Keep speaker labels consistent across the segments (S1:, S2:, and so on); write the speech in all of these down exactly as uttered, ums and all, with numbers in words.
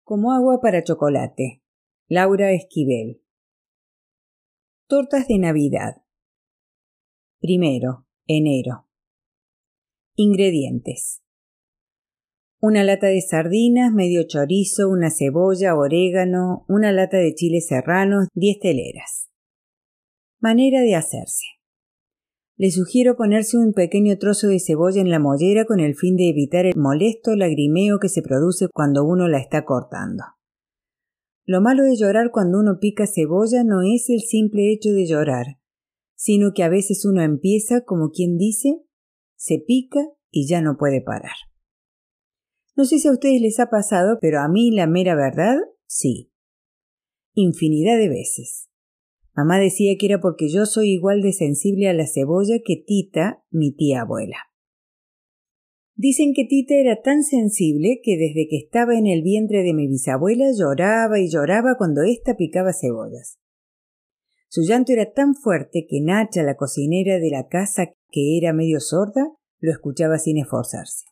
S1: Como agua para chocolate. Laura Esquivel. Tortas de Navidad. Primero, enero. Ingredientes: una lata de sardinas, medio chorizo, una cebolla, orégano, una lata de chiles serranos, diez teleras. Manera de hacerse: le sugiero ponerse un pequeño trozo de cebolla en la mollera con el fin de evitar el molesto lagrimeo que se produce cuando uno la está cortando. Lo malo de llorar cuando uno pica cebolla no es el simple hecho de llorar, sino que a veces uno empieza, como quien dice, se pica y ya no puede parar. No sé si a ustedes les ha pasado, pero a mí la mera verdad, sí. Infinidad de veces. Mamá decía que era porque yo soy igual de sensible a la cebolla que Tita, mi tía abuela. Dicen que Tita era tan sensible que desde que estaba en el vientre de mi bisabuela lloraba y lloraba cuando ésta picaba cebollas. Su llanto era tan fuerte que Nacha, la cocinera de la casa, que era medio sorda, lo escuchaba sin esforzarse.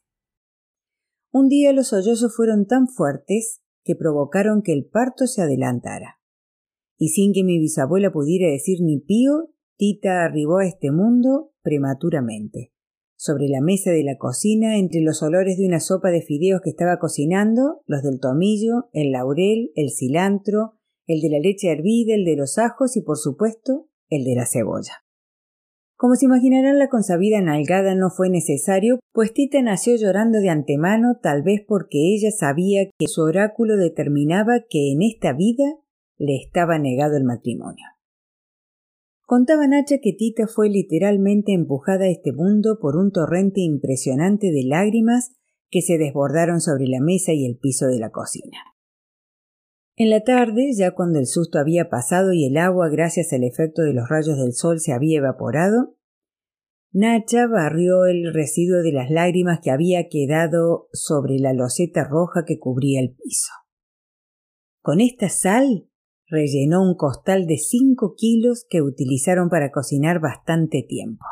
S1: Un día los sollozos fueron tan fuertes que provocaron que el parto se adelantara. Y sin que mi bisabuela pudiera decir ni pío, Tita arribó a este mundo prematuramente. Sobre la mesa de la cocina, entre los olores de una sopa de fideos que estaba cocinando, los del tomillo, el laurel, el cilantro, el de la leche hervida, el de los ajos y, por supuesto, el de la cebolla. Como se imaginarán, la consabida nalgada no fue necesario, pues Tita nació llorando de antemano, tal vez porque ella sabía que su oráculo determinaba que en esta vida le estaba negado el matrimonio. Contaba Nacha que Tita fue literalmente empujada a este mundo por un torrente impresionante de lágrimas que se desbordaron sobre la mesa y el piso de la cocina. En la tarde, ya cuando el susto había pasado y el agua, gracias al efecto de los rayos del sol, se había evaporado, Nacha barrió el residuo de las lágrimas que había quedado sobre la loseta roja que cubría el piso. Con esta sal rellenó un costal de cinco kilos que utilizaron para cocinar bastante tiempo.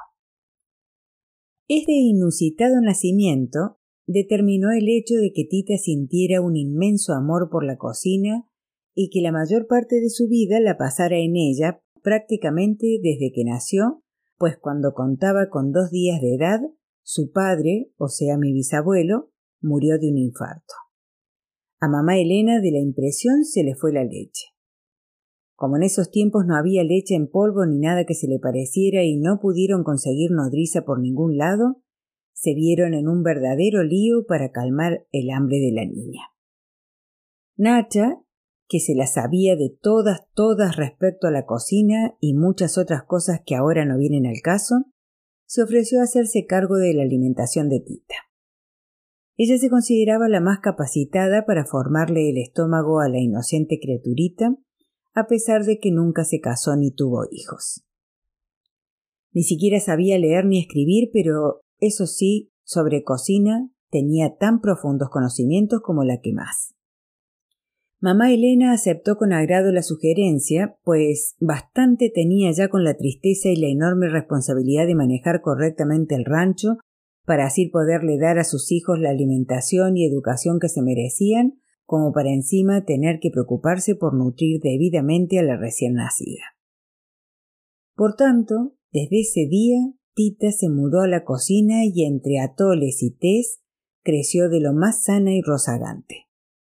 S1: Este inusitado nacimiento determinó el hecho de que Tita sintiera un inmenso amor por la cocina y que la mayor parte de su vida la pasara en ella prácticamente desde que nació, pues cuando contaba con dos días de edad, su padre, o sea mi bisabuelo, murió de un infarto. A mamá Elena de la impresión se le fue la leche. Como en esos tiempos no había leche en polvo ni nada que se le pareciera y no pudieron conseguir nodriza por ningún lado, se vieron en un verdadero lío para calmar el hambre de la niña. Nacha, que se la sabía de todas, todas respecto a la cocina y muchas otras cosas que ahora no vienen al caso, se ofreció a hacerse cargo de la alimentación de Tita. Ella se consideraba la más capacitada para formarle el estómago a la inocente criaturita, a pesar de que nunca se casó ni tuvo hijos. Ni siquiera sabía leer ni escribir, pero eso sí, sobre cocina tenía tan profundos conocimientos como la que más. Mamá Elena aceptó con agrado la sugerencia, pues bastante tenía ya con la tristeza y la enorme responsabilidad de manejar correctamente el rancho para así poderle dar a sus hijos la alimentación y educación que se merecían, como para encima tener que preocuparse por nutrir debidamente a la recién nacida. Por tanto, desde ese día, Tita se mudó a la cocina y entre atoles y tés creció de lo más sana y rozagante.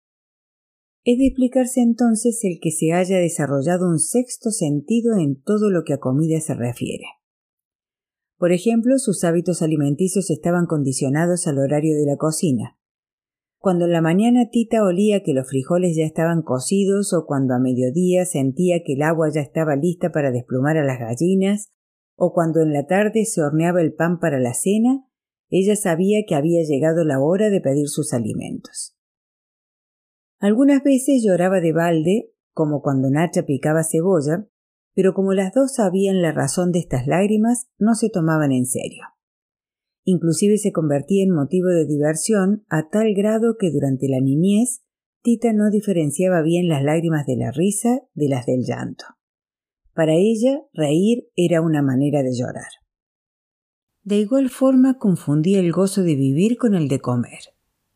S1: Es de explicarse entonces el que se haya desarrollado un sexto sentido en todo lo que a comida se refiere. Por ejemplo, sus hábitos alimenticios estaban condicionados al horario de la cocina. Cuando en la mañana Tita olía que los frijoles ya estaban cocidos o cuando a mediodía sentía que el agua ya estaba lista para desplumar a las gallinas o cuando en la tarde se horneaba el pan para la cena, ella sabía que había llegado la hora de pedir sus alimentos. Algunas veces lloraba de balde, como cuando Nacha picaba cebolla, pero como las dos sabían la razón de estas lágrimas, no se tomaban en serio. Inclusive se convertía en motivo de diversión a tal grado que durante la niñez Tita no diferenciaba bien las lágrimas de la risa de las del llanto. Para ella, reír era una manera de llorar. De igual forma confundía el gozo de vivir con el de comer.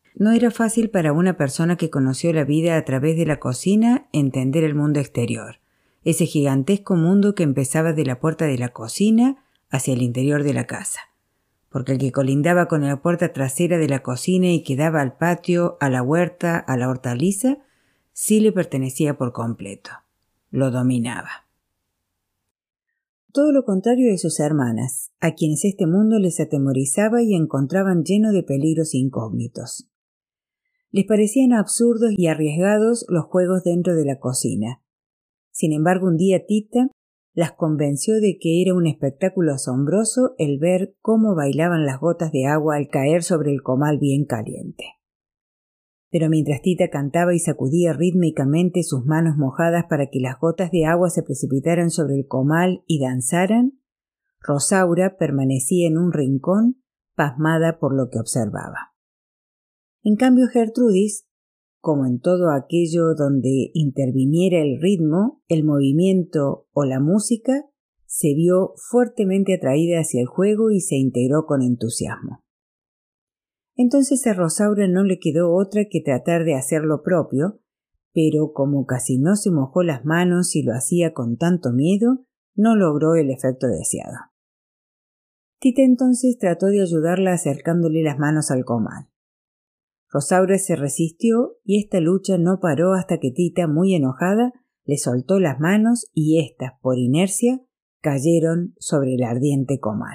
S1: No era fácil para una persona que conoció la vida a través de la cocina entender el mundo exterior, ese gigantesco mundo que empezaba de la puerta de la cocina hacia el interior de la casa, porque el que colindaba con la puerta trasera de la cocina y que daba al patio, a la huerta, a la hortaliza, sí le pertenecía por completo. Lo dominaba. Todo lo contrario de sus hermanas, a quienes este mundo les atemorizaba y encontraban lleno de peligros incógnitos. Les parecían absurdos y arriesgados los juegos dentro de la cocina. Sin embargo, un día Tita las convenció de que era un espectáculo asombroso el ver cómo bailaban las gotas de agua al caer sobre el comal bien caliente. Pero mientras Tita cantaba y sacudía rítmicamente sus manos mojadas para que las gotas de agua se precipitaran sobre el comal y danzaran, Rosaura permanecía en un rincón, pasmada por lo que observaba. En cambio, Gertrudis, como en todo aquello donde interviniera el ritmo, el movimiento o la música, se vio fuertemente atraída hacia el juego y se integró con entusiasmo. Entonces a Rosaura no le quedó otra que tratar de hacer lo propio, pero como casi no se mojó las manos y lo hacía con tanto miedo, no logró el efecto deseado. Tita entonces trató de ayudarla acercándole las manos al comal. Rosaura se resistió y esta lucha no paró hasta que Tita, muy enojada, le soltó las manos y éstas, por inercia, cayeron sobre el ardiente comal.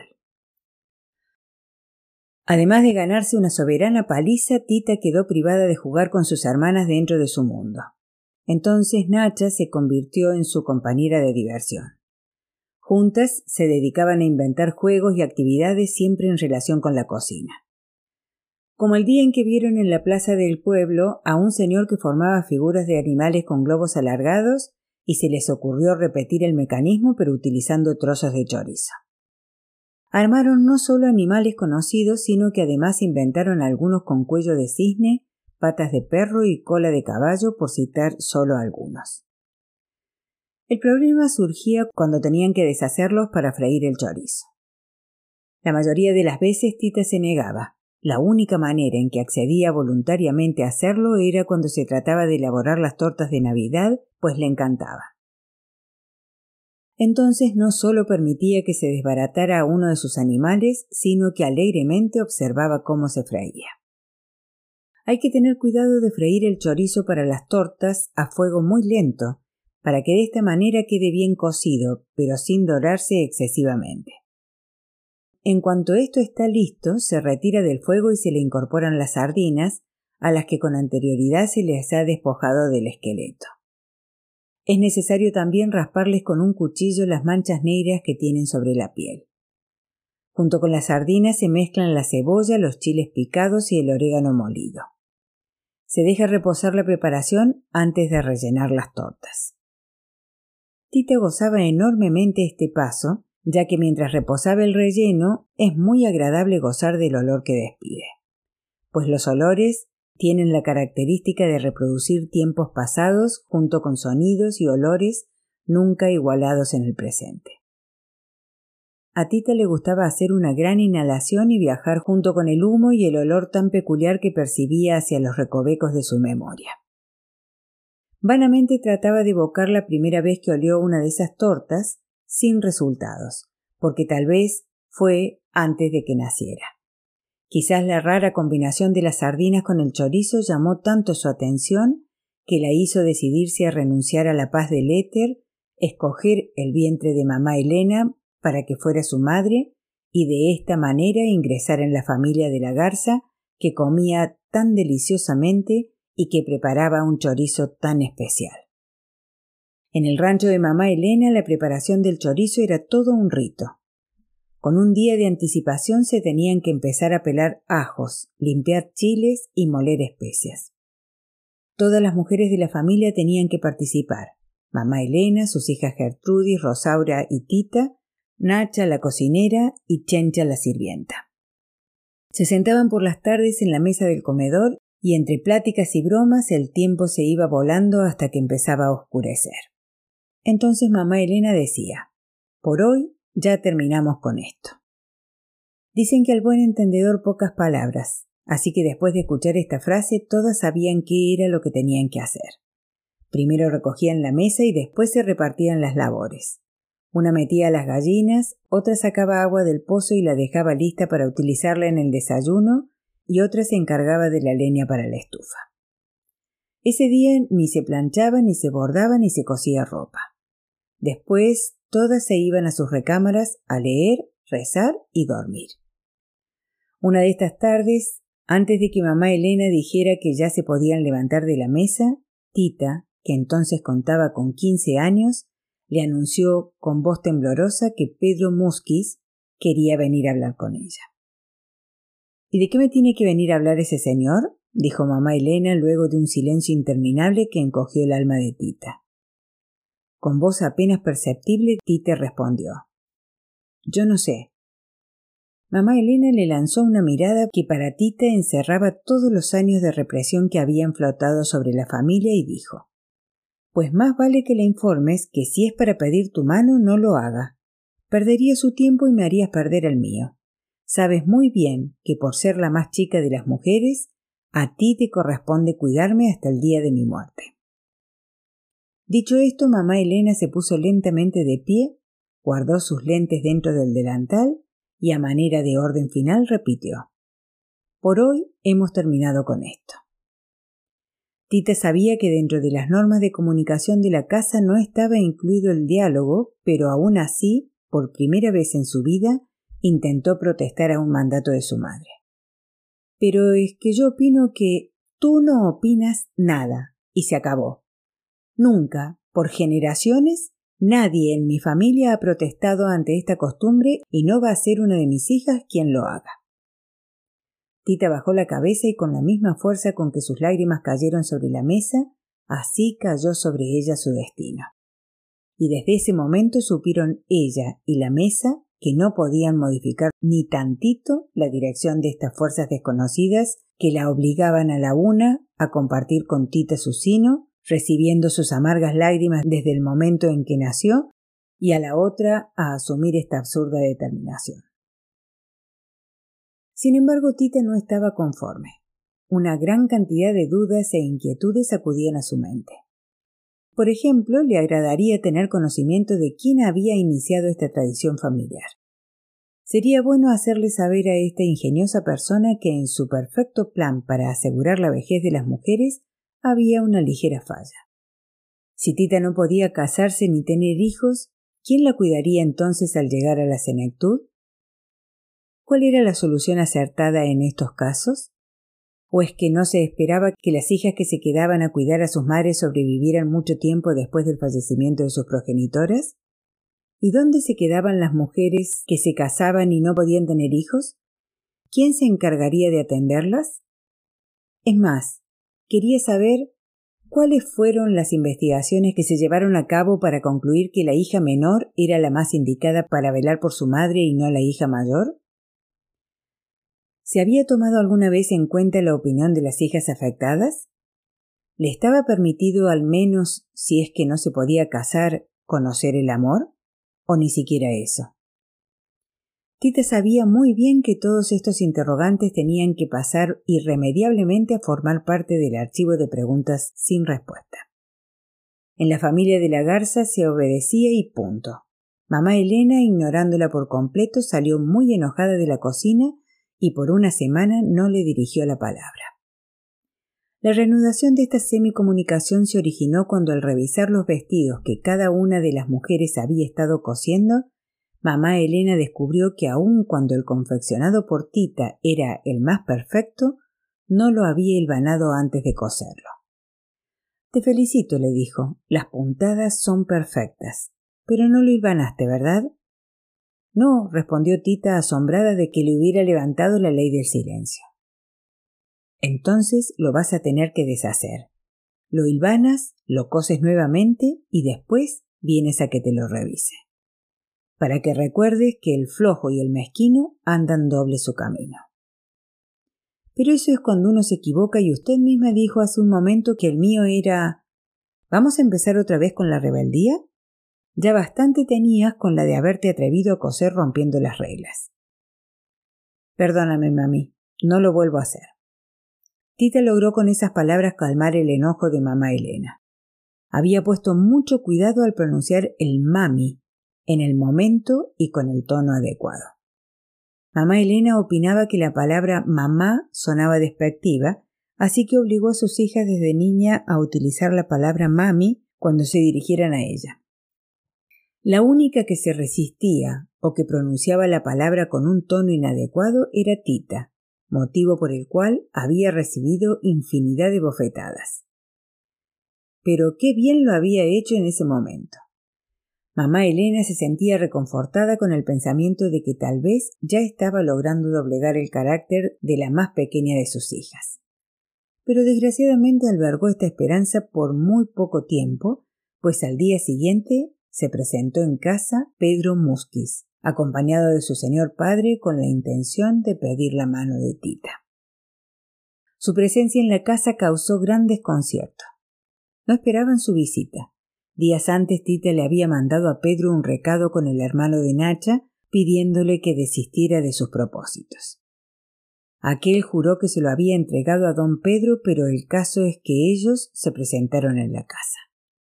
S1: Además de ganarse una soberana paliza, Tita quedó privada de jugar con sus hermanas dentro de su mundo. Entonces Nacha se convirtió en su compañera de diversión. Juntas se dedicaban a inventar juegos y actividades siempre en relación con la cocina. Como el día en que vieron en la plaza del pueblo a un señor que formaba figuras de animales con globos alargados y se les ocurrió repetir el mecanismo pero utilizando trozos de chorizo. Armaron no solo animales conocidos, sino que además inventaron algunos con cuello de cisne, patas de perro y cola de caballo, por citar solo algunos. El problema surgía cuando tenían que deshacerlos para freír el chorizo. La mayoría de las veces Tita se negaba. La única manera en que accedía voluntariamente a hacerlo era cuando se trataba de elaborar las tortas de Navidad, pues le encantaba. Entonces no solo permitía que se desbaratara a uno de sus animales, sino que alegremente observaba cómo se freía. Hay que tener cuidado de freír el chorizo para las tortas a fuego muy lento, para que de esta manera quede bien cocido, pero sin dorarse excesivamente. En cuanto esto está listo, se retira del fuego y se le incorporan las sardinas, a las que con anterioridad se les ha despojado del esqueleto. Es necesario también rasparles con un cuchillo las manchas negras que tienen sobre la piel. Junto con las sardinas se mezclan la cebolla, los chiles picados y el orégano molido. Se deja reposar la preparación antes de rellenar las tortas. Tita gozaba enormemente este paso, ya que mientras reposaba el relleno es muy agradable gozar del olor que despide, pues los olores tienen la característica de reproducir tiempos pasados junto con sonidos y olores nunca igualados en el presente. A Tita le gustaba hacer una gran inhalación y viajar junto con el humo y el olor tan peculiar que percibía hacia los recovecos de su memoria. Vanamente trataba de evocar la primera vez que olió una de esas tortas, sin resultados, porque tal vez fue antes de que naciera. Quizás la rara combinación de las sardinas con el chorizo llamó tanto su atención que la hizo decidirse a renunciar a la paz del éter, escoger el vientre de mamá Elena para que fuera su madre y de esta manera ingresar en la familia de la garza que comía tan deliciosamente y que preparaba un chorizo tan especial. En el rancho de mamá Elena la preparación del chorizo era todo un rito. Con un día de anticipación se tenían que empezar a pelar ajos, limpiar chiles y moler especias. Todas las mujeres de la familia tenían que participar. Mamá Elena, sus hijas Gertrudis, Rosaura y Tita, Nacha la cocinera y Chencha la sirvienta. Se sentaban por las tardes en la mesa del comedor y entre pláticas y bromas el tiempo se iba volando hasta que empezaba a oscurecer. Entonces mamá Elena decía: «Por hoy ya terminamos con esto». Dicen que al buen entendedor pocas palabras, Así que después de escuchar esta frase, todas sabían qué era lo que tenían que hacer. Primero recogían la mesa y después se repartían las labores. Una metía a las gallinas, otra sacaba agua del pozo y la dejaba lista para utilizarla en el desayuno, y otra se encargaba de la leña para la estufa. Ese día ni se planchaba, ni se bordaba, ni se cosía ropa. Después todas se iban a sus recámaras a leer, rezar y dormir. Una de estas tardes, antes de que mamá Elena dijera que ya se podían levantar de la mesa, Tita, que entonces contaba con quince años, le anunció con voz temblorosa que Pedro Musquiz quería venir a hablar con ella. ¿Y de qué me tiene que venir a hablar ese señor?, dijo mamá Elena luego de un silencio interminable que encogió el alma de Tita. Con voz apenas perceptible, Tita respondió: «Yo no sé». Mamá Elena le lanzó una mirada que para Tita encerraba todos los años de represión que habían flotado sobre la familia y dijo: «Pues más vale que le informes que si es para pedir tu mano no lo haga. Perdería su tiempo y me harías perder el mío. Sabes muy bien que por ser la más chica de las mujeres, a ti te corresponde cuidarme hasta el día de mi muerte». Dicho esto, mamá Elena se puso lentamente de pie, guardó sus lentes dentro del delantal y a manera de orden final repitió: «Por hoy hemos terminado con esto». Tita sabía que dentro de las normas de comunicación de la casa no estaba incluido el diálogo, pero aún así, por primera vez en su vida, intentó protestar a un mandato de su madre. «Pero es que yo opino que tú no opinas nada, y se acabó. Nunca, por generaciones, nadie en mi familia ha protestado ante esta costumbre y no va a ser una de mis hijas quien lo haga». Tita bajó la cabeza y con la misma fuerza con que sus lágrimas cayeron sobre la mesa, así cayó sobre ella su destino. Y desde ese momento supieron ella y la mesa que no podían modificar ni tantito la dirección de estas fuerzas desconocidas que la obligaban a la una a compartir con Tita su sino, recibiendo sus amargas lágrimas desde el momento en que nació, y a la otra a asumir esta absurda determinación. Sin embargo, Tita no estaba conforme. Una gran cantidad de dudas e inquietudes acudían a su mente. Por ejemplo, le agradaría tener conocimiento de quién había iniciado esta tradición familiar. Sería bueno hacerle saber a esta ingeniosa persona que en su perfecto plan para asegurar la vejez de las mujeres había una ligera falla. Si Tita no podía casarse ni tener hijos, ¿quién la cuidaría entonces al llegar a la senectud? ¿Cuál era la solución acertada en estos casos? ¿O es que no se esperaba que las hijas que se quedaban a cuidar a sus madres sobrevivieran mucho tiempo después del fallecimiento de sus progenitoras? ¿Y dónde se quedaban las mujeres que se casaban y no podían tener hijos? ¿Quién se encargaría de atenderlas? Es más, quería saber cuáles fueron las investigaciones que se llevaron a cabo para concluir que la hija menor era la más indicada para velar por su madre y no la hija mayor. ¿Se había tomado alguna vez en cuenta la opinión de las hijas afectadas? ¿Le estaba permitido al menos, si es que no se podía casar, conocer el amor? ¿O ni siquiera eso? Tita sabía muy bien que todos estos interrogantes tenían que pasar irremediablemente a formar parte del archivo de preguntas sin respuesta. En la familia de la Garza se obedecía y punto. Mamá Elena, ignorándola por completo, salió muy enojada de la cocina y por una semana no le dirigió la palabra. La reanudación de esta semicomunicación se originó cuando al revisar los vestidos que cada una de las mujeres había estado cosiendo, mamá Elena descubrió que aun cuando el confeccionado por Tita era el más perfecto, no lo había hilvanado antes de coserlo. «Te felicito», le dijo, «las puntadas son perfectas, pero no lo hilvanaste, ¿verdad?» «No», respondió Tita asombrada de que le hubiera levantado la ley del silencio. «Entonces lo vas a tener que deshacer. Lo hilvanas, lo coses nuevamente y después vienes a que te lo revise. Para que recuerdes que el flojo y el mezquino andan doble su camino». «Pero eso es cuando uno se equivoca y usted misma dijo hace un momento que el mío era... ¿Vamos a empezar otra vez con la rebeldía? Ya bastante tenías con la de haberte atrevido a coser rompiendo las reglas». «Perdóname, mami, no lo vuelvo a hacer». Tita logró con esas palabras calmar el enojo de mamá Elena. Había puesto mucho cuidado al pronunciar el mami en el momento y con el tono adecuado. Mamá Elena opinaba que la palabra mamá sonaba despectiva, así que obligó a sus hijas desde niña a utilizar la palabra mami cuando se dirigieran a ella. La única que se resistía o que pronunciaba la palabra con un tono inadecuado era Tita, motivo por el cual había recibido infinidad de bofetadas. Pero qué bien lo había hecho en ese momento. Mamá Elena se sentía reconfortada con el pensamiento de que tal vez ya estaba logrando doblegar el carácter de la más pequeña de sus hijas. Pero desgraciadamente albergó esta esperanza por muy poco tiempo, pues al día siguiente se presentó en casa Pedro Musquiz, acompañado de su señor padre con la intención de pedir la mano de Tita. Su presencia en la casa causó gran desconcierto. No esperaban su visita. Días antes Tita le había mandado a Pedro un recado con el hermano de Nacha pidiéndole que desistiera de sus propósitos. Aquel juró que se lo había entregado a don Pedro, pero el caso es que ellos se presentaron en la casa.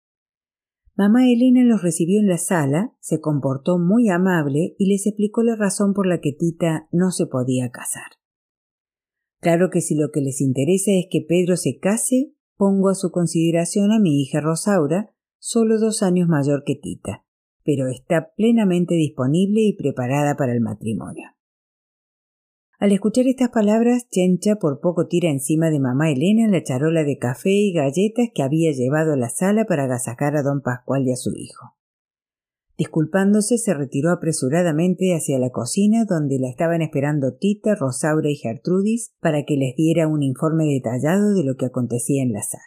S1: Mamá Elena los recibió en la sala, se comportó muy amable y les explicó la razón por la que Tita no se podía casar. Claro que si lo que les interesa es que Pedro se case, pongo a su consideración a mi hija Rosaura, solo dos años mayor que Tita, pero está plenamente disponible y preparada para el matrimonio. Al escuchar estas palabras, Chencha por poco tira encima de mamá Elena la charola de café y galletas que había llevado a la sala para agasajar a don Pascual y a su hijo. Disculpándose, se retiró apresuradamente hacia la cocina donde la estaban esperando Tita, Rosaura y Gertrudis para que les diera un informe detallado de lo que acontecía en la sala.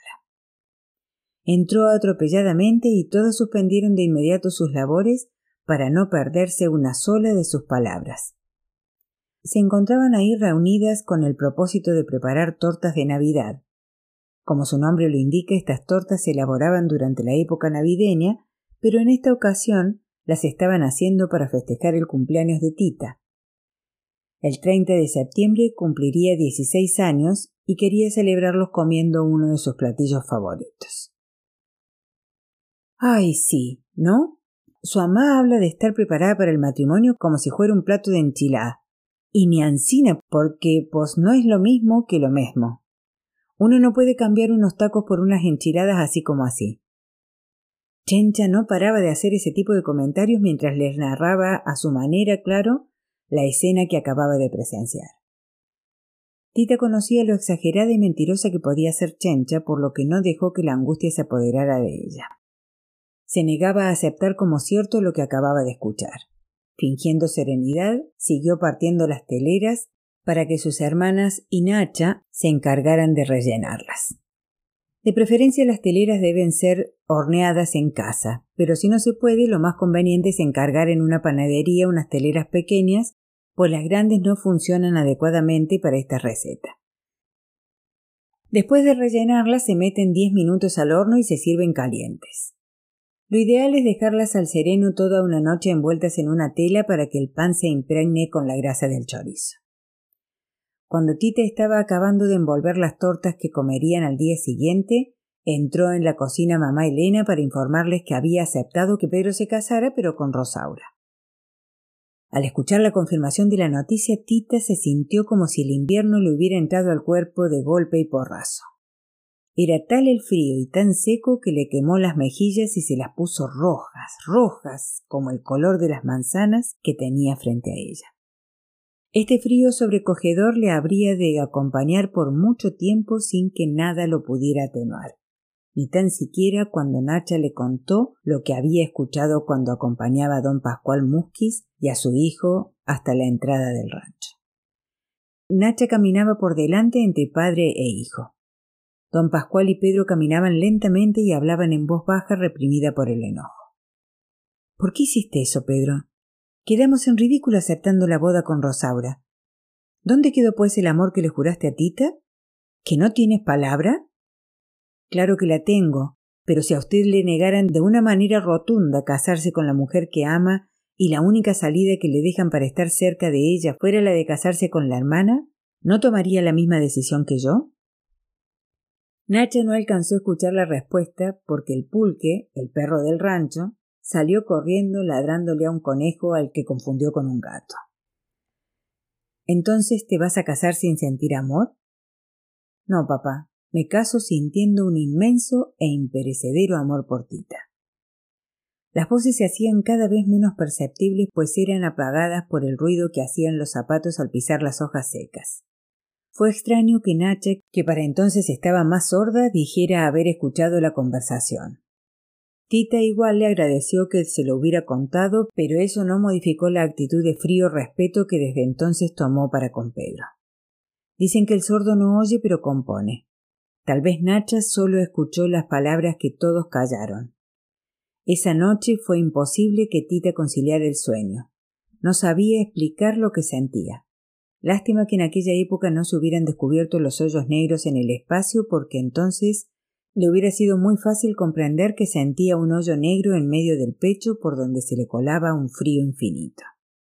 S1: Entró atropelladamente y todos suspendieron de inmediato sus labores para no perderse una sola de sus palabras. Se encontraban ahí reunidas con el propósito de preparar tortas de Navidad. Como su nombre lo indica, estas tortas se elaboraban durante la época navideña, pero en esta ocasión las estaban haciendo para festejar el cumpleaños de Tita. El treinta de septiembre cumpliría dieciséis años y quería celebrarlos comiendo uno de sus platillos favoritos. ¡Ay, sí! ¿No? Su amá habla de estar preparada para el matrimonio como si fuera un plato de enchilada. Y ni ansina, porque pues no es lo mismo que lo mismo. Uno no puede cambiar unos tacos por unas enchiladas así como así. Chencha no paraba de hacer ese tipo de comentarios mientras les narraba a su manera, claro, la escena que acababa de presenciar. Tita conocía lo exagerada y mentirosa que podía ser Chencha, por lo que no dejó que la angustia se apoderara de ella. Se negaba a aceptar como cierto lo que acababa de escuchar. Fingiendo serenidad, siguió partiendo las teleras para que sus hermanas y Nacha se encargaran de rellenarlas. De preferencia las teleras deben ser horneadas en casa, pero si no se puede, lo más conveniente es encargar en una panadería unas teleras pequeñas, pues las grandes no funcionan adecuadamente para esta receta. Después de rellenarlas se meten diez minutos al horno y se sirven calientes. Lo ideal es dejarlas al sereno toda una noche envueltas en una tela para que el pan se impregne con la grasa del chorizo. Cuando Tita estaba acabando de envolver las tortas que comerían al día siguiente, entró en la cocina mamá Elena para informarles que había aceptado que Pedro se casara, pero con Rosaura. Al escuchar la confirmación de la noticia, Tita se sintió como si el invierno le hubiera entrado al cuerpo de golpe y porrazo. Era tal el frío y tan seco que le quemó las mejillas y se las puso rojas, rojas, como el color de las manzanas que tenía frente a ella. Este frío sobrecogedor le habría de acompañar por mucho tiempo sin que nada lo pudiera atenuar, ni tan siquiera cuando Nacha le contó lo que había escuchado cuando acompañaba a don Pascual Musquiz y a su hijo hasta la entrada del rancho. Nacha caminaba por delante entre padre e hijo. Don Pascual y Pedro caminaban lentamente y hablaban en voz baja reprimida por el enojo. ¿Por qué hiciste eso, Pedro? Quedamos en ridículo aceptando la boda con Rosaura. ¿Dónde quedó pues el amor que le juraste a Tita? ¿Que no tienes palabra? Claro que la tengo, pero si a usted le negaran de una manera rotunda casarse con la mujer que ama y la única salida que le dejan para estar cerca de ella fuera la de casarse con la hermana, ¿no tomaría la misma decisión que yo? Nacha no alcanzó a escuchar la respuesta porque el pulque, el perro del rancho, salió corriendo ladrándole a un conejo al que confundió con un gato. ¿Entonces te vas a casar sin sentir amor? No, papá, me caso sintiendo un inmenso e imperecedero amor por Tita. Las voces se hacían cada vez menos perceptibles, pues eran apagadas por el ruido que hacían los zapatos al pisar las hojas secas. Fue extraño que Nacha, que para entonces estaba más sorda, dijera haber escuchado la conversación. Tita igual le agradeció que se lo hubiera contado, pero eso no modificó la actitud de frío respeto que desde entonces tomó para con Pedro. Dicen que el sordo no oye pero compone. Tal vez Nacha solo escuchó las palabras que todos callaron. Esa noche fue imposible que Tita conciliara el sueño. No sabía explicar lo que sentía. Lástima que en aquella época no se hubieran descubierto los hoyos negros en el espacio, porque entonces le hubiera sido muy fácil comprender que sentía un hoyo negro en medio del pecho por donde se le colaba un frío infinito.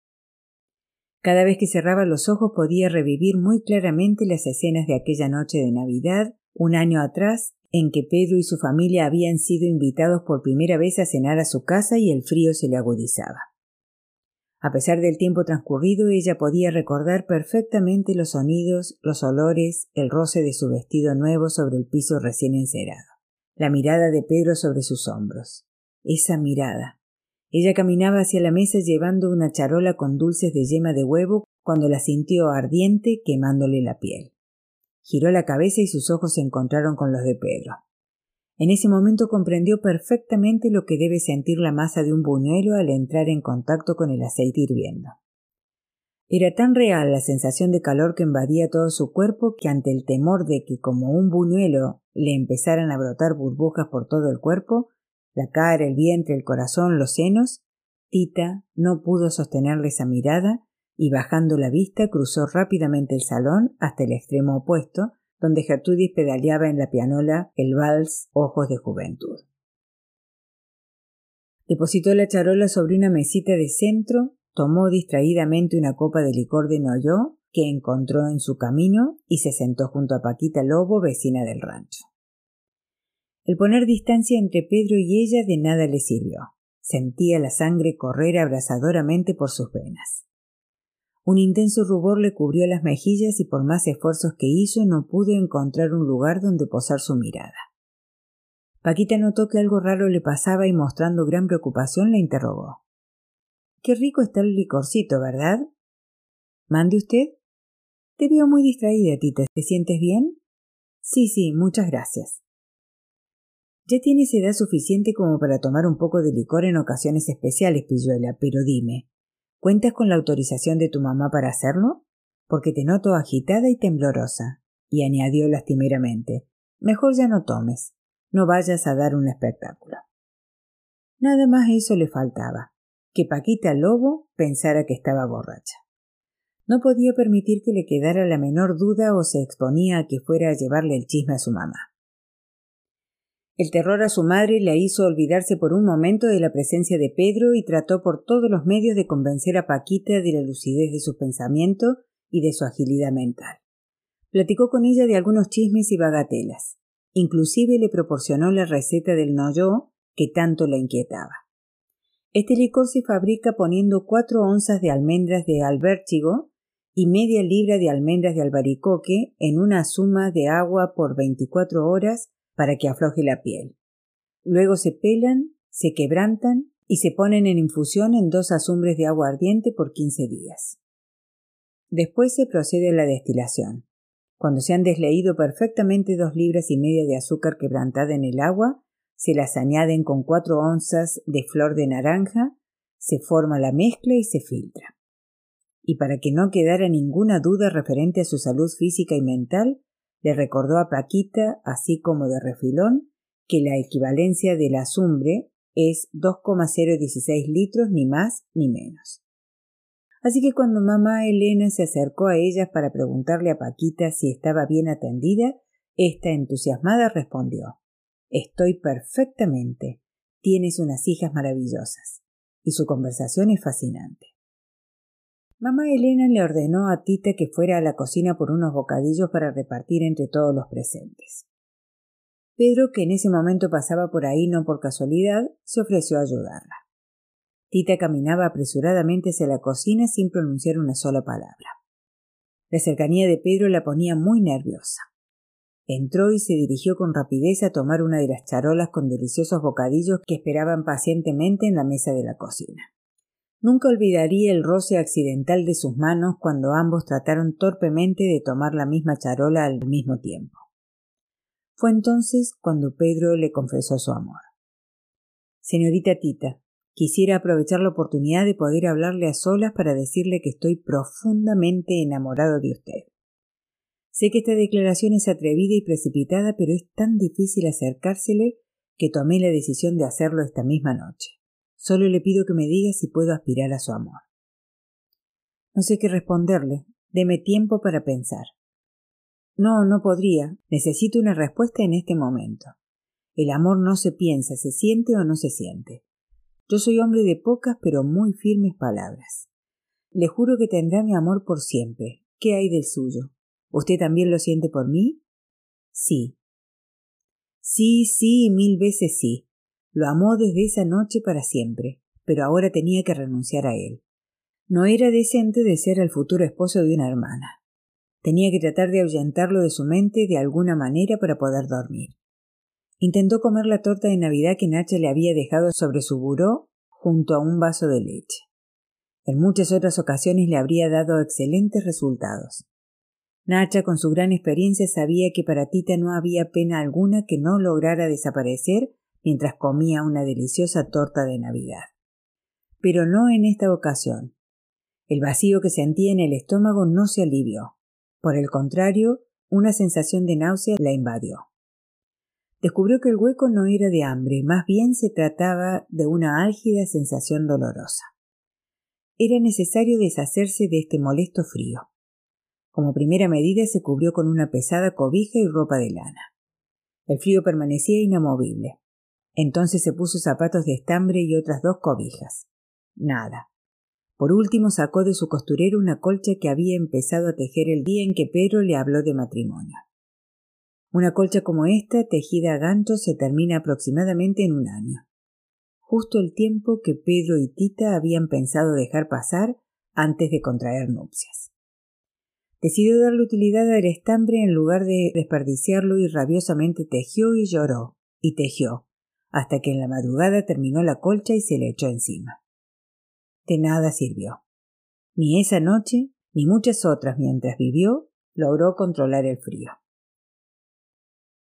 S1: Cada vez que cerraba los ojos podía revivir muy claramente las escenas de aquella noche de Navidad, un año atrás, en que Pedro y su familia habían sido invitados por primera vez a cenar a su casa y el frío se le agudizaba. A pesar del tiempo transcurrido, ella podía recordar perfectamente los sonidos, los olores, el roce de su vestido nuevo sobre el piso recién encerado, la mirada de Pedro sobre sus hombros. Esa mirada. Ella caminaba hacia la mesa llevando una charola con dulces de yema de huevo cuando la sintió ardiente, quemándole la piel. Giró la cabeza y sus ojos se encontraron con los de Pedro. En ese momento comprendió perfectamente lo que debe sentir la masa de un buñuelo al entrar en contacto con el aceite hirviendo. Era tan real la sensación de calor que invadía todo su cuerpo que ante el temor de que como un buñuelo le empezaran a brotar burbujas por todo el cuerpo, la cara, el vientre, el corazón, los senos, Tita no pudo sostenerle esa mirada y bajando la vista cruzó rápidamente el salón hasta el extremo opuesto, donde Gertrudis pedaleaba en la pianola el vals Ojos de Juventud. Depositó la charola sobre una mesita de centro, tomó distraídamente una copa de licor de Noyó que encontró en su camino y se sentó junto a Paquita Lobo, vecina del rancho. El poner distancia entre Pedro y ella de nada le sirvió. Sentía la sangre correr abrasadoramente por sus venas. Un intenso rubor le cubrió las mejillas y por más esfuerzos que hizo no pudo encontrar un lugar donde posar su mirada. Paquita notó que algo raro le pasaba y mostrando gran preocupación la interrogó. «Qué rico está el licorcito, ¿verdad?» «¿Mande usted?» «Te veo muy distraída, Tita. ¿Te sientes bien?» «Sí, sí, muchas gracias». «Ya tienes edad suficiente como para tomar un poco de licor en ocasiones especiales, pilluela, pero dime, ¿cuentas con la autorización de tu mamá para hacerlo? Porque te noto agitada y temblorosa». Y añadió lastimeramente, «Mejor ya no tomes. No vayas a dar un espectáculo». Nada más eso le faltaba, que Paquita Lobo pensara que estaba borracha. No podía permitir que le quedara la menor duda o se exponía a que fuera a llevarle el chisme a su mamá. El terror a su madre la hizo olvidarse por un momento de la presencia de Pedro y trató por todos los medios de convencer a Paquita de la lucidez de sus pensamientos y de su agilidad mental. Platicó con ella de algunos chismes y bagatelas. Inclusive le proporcionó la receta del Noyó que tanto la inquietaba. Este licor se fabrica poniendo cuatro onzas de almendras de albérchigo y media libra de almendras de albaricoque en una suma de agua por veinticuatro horas para que afloje la piel. Luego se pelan, se quebrantan y se ponen en infusión en dos azumbres de agua ardiente por quince días. Después se procede a la destilación. Cuando se han desleído perfectamente dos libras y media de azúcar quebrantada en el agua, se las añaden con cuatro onzas de flor de naranja, se forma la mezcla y se filtra. Y para que no quedara ninguna duda referente a su salud física y mental, le recordó a Paquita, así como de refilón, que la equivalencia de la azumbre es dos coma cero dieciséis litros, ni más ni menos. Así que cuando mamá Elena se acercó a ellas para preguntarle a Paquita si estaba bien atendida, ésta entusiasmada respondió: «Estoy perfectamente. Tienes unas hijas maravillosas». Y su conversación es fascinante. Mamá Elena le ordenó a Tita que fuera a la cocina por unos bocadillos para repartir entre todos los presentes. Pedro, que en ese momento pasaba por ahí no por casualidad, se ofreció a ayudarla. Tita caminaba apresuradamente hacia la cocina sin pronunciar una sola palabra. La cercanía de Pedro la ponía muy nerviosa. Entró y se dirigió con rapidez a tomar una de las charolas con deliciosos bocadillos que esperaban pacientemente en la mesa de la cocina. Nunca olvidaría el roce accidental de sus manos cuando ambos trataron torpemente de tomar la misma charola al mismo tiempo. Fue entonces cuando Pedro le confesó su amor. «Señorita Tita, quisiera aprovechar la oportunidad de poder hablarle a solas para decirle que estoy profundamente enamorado de usted. Sé que esta declaración es atrevida y precipitada, pero es tan difícil acercársele que tomé la decisión de hacerlo esta misma noche. Solo le pido que me diga si puedo aspirar a su amor». «No sé qué responderle. Deme tiempo para pensar». «No, no podría. Necesito una respuesta en este momento. El amor no se piensa, se siente o no se siente. Yo soy hombre de pocas pero muy firmes palabras. Le juro que tendrá mi amor por siempre. ¿Qué hay del suyo? ¿Usted también lo siente por mí?» «Sí». «Sí, sí y mil veces sí. Lo amó desde esa noche para siempre, pero ahora tenía que renunciar a él. No era decente desear al futuro esposo de una hermana. Tenía que tratar de ahuyentarlo de su mente de alguna manera para poder dormir. Intentó comer la torta de Navidad que Nacha le había dejado sobre su buró junto a un vaso de leche. En muchas otras ocasiones le habría dado excelentes resultados. Nacha, con su gran experiencia, sabía que para Tita no había pena alguna que no lograra desaparecer mientras comía una deliciosa torta de Navidad. Pero no en esta ocasión. El vacío que sentía en el estómago no se alivió. Por el contrario, una sensación de náusea la invadió. Descubrió que el hueco no era de hambre, más bien se trataba de una álgida sensación dolorosa. Era necesario deshacerse de este molesto frío. Como primera medida se cubrió con una pesada cobija y ropa de lana. El frío permanecía inamovible. Entonces se puso zapatos de estambre y otras dos cobijas. Nada. Por último sacó de su costurero una colcha que había empezado a tejer el día en que Pedro le habló de matrimonio. Una colcha como esta, tejida a ganchos, se termina aproximadamente en un año. Justo el tiempo que Pedro y Tita habían pensado dejar pasar antes de contraer nupcias. Decidió darle utilidad al estambre en lugar de desperdiciarlo y rabiosamente tejió y lloró, y tejió, hasta que en la madrugada terminó la colcha y se le echó encima. De nada sirvió. Ni esa noche, ni muchas otras mientras vivió, logró controlar el frío.